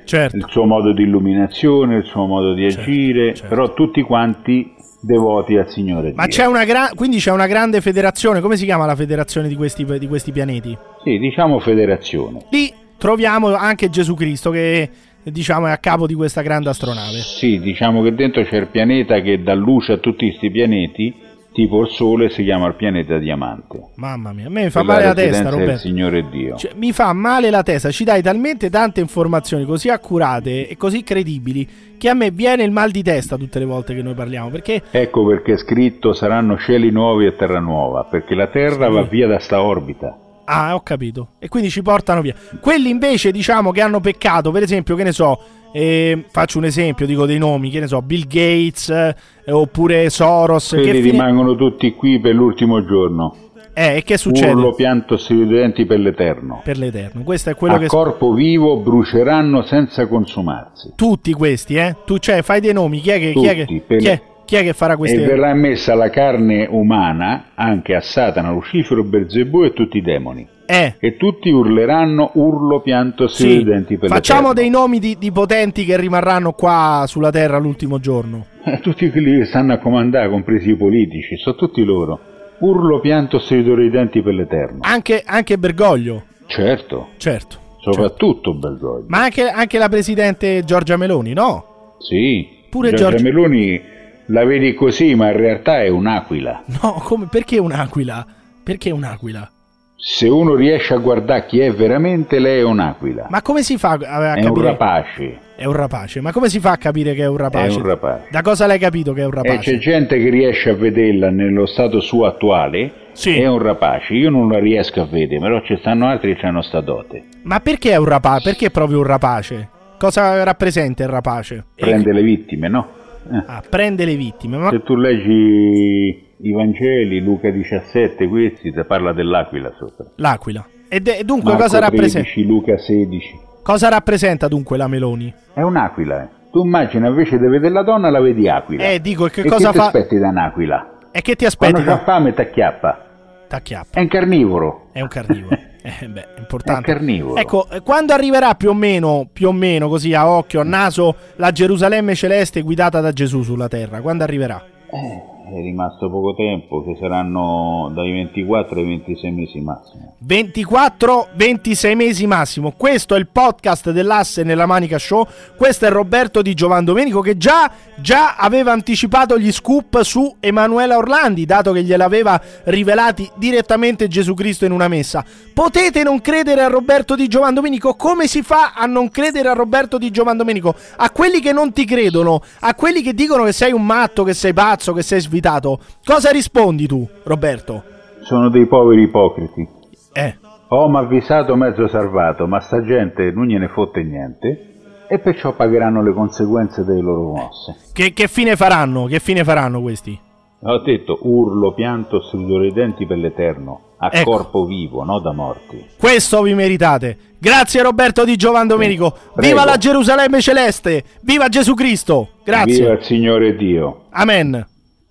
certo. il suo modo di illuminazione, il suo modo di certo, agire, certo. però tutti quanti devoti al Signore Ma Dio. c'è una gra- quindi c'è una grande federazione, come si chiama la federazione di questi, di questi pianeti? Sì, diciamo federazione. Lì troviamo anche Gesù Cristo che diciamo è a capo di questa grande astronave. Sì, diciamo che dentro c'è il pianeta che dà luce a tutti questi pianeti, tipo il Sole, si chiama il pianeta Diamante. Mamma mia, a me mi fa Per male la residenza testa, del Roberto. Signore Dio. Cioè, mi fa male la testa, ci dai talmente tante informazioni così accurate e così credibili che a me viene il mal di testa tutte le volte che noi parliamo, perché Ecco perché è scritto saranno cieli nuovi e terra nuova, perché la Terra Sì. va via da sta orbita. ah, ho capito. E quindi ci portano via. Quelli invece, diciamo, che hanno peccato, per esempio, che ne so, eh, faccio un esempio, dico dei nomi, che ne so, Bill Gates eh, oppure Soros, Quelli che fine- rimangono tutti qui per l'ultimo giorno. Eh, e che succede? Urlo, pianto, stridenti per l'Eterno. Per l'Eterno. Questo è quello A che corpo vivo bruceranno senza consumarsi. tutti questi, eh? Tu cioè fai dei nomi, chi è che chi è che, Tutti, per- chi è, chi è che farà questi E verrà messa la carne umana anche a Satana, Lucifero, Belzebù e tutti i demoni. Eh. E tutti urleranno urlo, pianto, Sì, stridenti per facciamo l'Eterno. dei nomi di, di potenti che rimarranno qua sulla Terra l'ultimo giorno. Eh, tutti quelli che stanno a comandare, compresi i politici, sono tutti loro. Urlo, pianto, stridore di denti per l'Eterno. Anche, anche Bergoglio, Certo, certo. soprattutto Bergoglio. Ma anche, anche la presidente Giorgia Meloni, no? Sì, Pure Giorgia Giorgia- Meloni la vedi così, ma in realtà è un'aquila. No, come, perché un'aquila? Perché un'aquila? Se uno riesce a guardare chi è veramente, lei è un'aquila. Ma come si fa a, a è capire? un rapace. È un rapace. Ma come si fa a capire che è un rapace? È un rapace. Da cosa l'hai capito che è un E rapace? c'è gente che riesce a vederla nello stato suo attuale. Sì. È un rapace. Io non la riesco a vedere, però ci stanno altri che hanno sta dote. Ma perché è un rapace? Perché è proprio un rapace? Cosa rappresenta il rapace? Prende le vittime, no? Eh. Ah, prende le vittime. Ma Se tu leggi i Vangeli, Luca diciassette, questi, ti parla dell'aquila sopra. l'aquila. E de- dunque Marco cosa rappresenta? tredici, Luca sedici. Cosa rappresenta dunque la Meloni? È un'aquila, eh. Tu immagina invece di vedere la donna la vedi aquila. Eh, dico, e che e cosa che ti fa? aspetti da un'aquila? E che ti aspetti? Quando Da... c'ha fame t'acchiappa. T'acchiappa. È un carnivoro. È un carnivoro. Eh, beh, è importante. È carnivoro. Ecco, eh, quando arriverà più o meno, più o meno così a occhio, a naso, la Gerusalemme celeste guidata da Gesù sulla terra? Quando arriverà? Eh, è rimasto poco tempo, che saranno dai ventiquattro ai ventisei mesi massimo. ventiquattro ventisei mesi massimo. Questo è il podcast dell'Asse nella Manica Show. Questo è Roberto Di Giovandomenico che già, già aveva anticipato gli scoop su Emanuela Orlandi, dato che gliel'aveva rivelati direttamente Gesù Cristo in una messa. Potete non credere a Roberto Di Giovandomenico? Come si fa a non credere a Roberto Di Giovandomenico? A quelli che non ti credono, a quelli che dicono che sei un matto, che sei pazzo, che sei svitato, cosa rispondi tu, Roberto? Sono dei poveri ipocriti. Eh. Ho m'ha avvisato mezzo salvato, ma sta gente non gliene fotte niente e perciò pagheranno le conseguenze delle loro mosse. Che, che fine faranno? Che fine faranno questi? Ho detto urlo, pianto, stridore di denti per l'Eterno, a Ecco. corpo vivo, no da morti. Questo vi meritate. Grazie Roberto Di Giovandomenico. Prego. Viva la Gerusalemme celeste. Viva Gesù Cristo. Grazie. Viva il Signore Dio. Amen.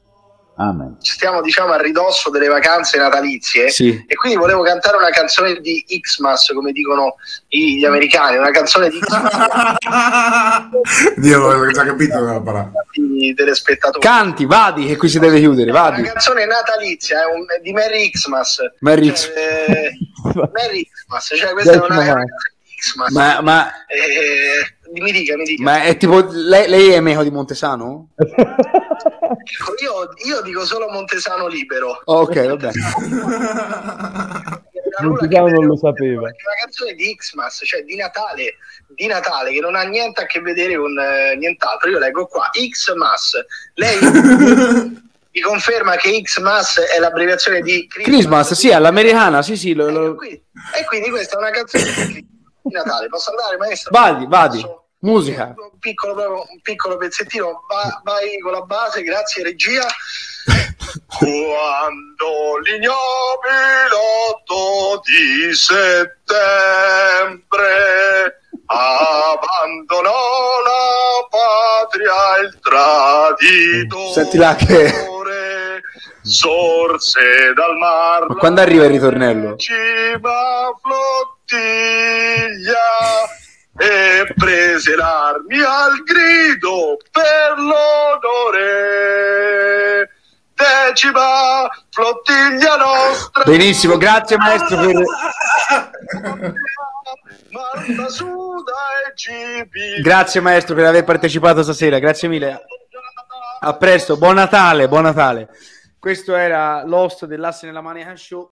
Amen. Stiamo diciamo a ridosso delle vacanze natalizie Sì. e quindi volevo cantare una canzone di Xmas, come dicono gli americani, una canzone di Xmas Dio, l'ho già capito la parola. di telespettatori. Canti, vadi, che qui si deve chiudere, vadi. Una canzone natalizia, è un, è di Merry Xmas. Merry Cioè, eh, Merry Xmas, cioè questa è una, è una canzone di Xmas. Ma, ma, Eh, mi dica, mi dica. ma è tipo, lei, lei è Meco di Montesano? Ecco, io, io dico solo Montesano libero. Ok, vabbè. Montesano non lo sapeva. È una canzone di Xmas, cioè di Natale, di Natale, che non ha niente a che vedere con eh, nient'altro. Io leggo qua Xmas. Lei mi conferma che Xmas è l'abbreviazione di Christmas? Christmas, sì, all'americana, sì, sì. Lo, lo... E quindi questa è una canzone di Natale. Posso andare, maestro? Vadi, vadi. Musica. Un piccolo, proprio, un piccolo pezzettino. Va, vai con la base, grazie regia. Quando l'ignobile otto di settembre abbandonò la patria il traditore, Senti là che... sorse dal mar. Ma quando arriva il ritornello? Ciba flottiglia e prese l'armi al grido per l'onore. Decima flottiglia nostra. Benissimo, grazie maestro per... Grazie maestro per aver partecipato stasera, grazie mille. A presto, buon Natale, buon Natale. Questo era l'host dell'Asse nella Manica Show.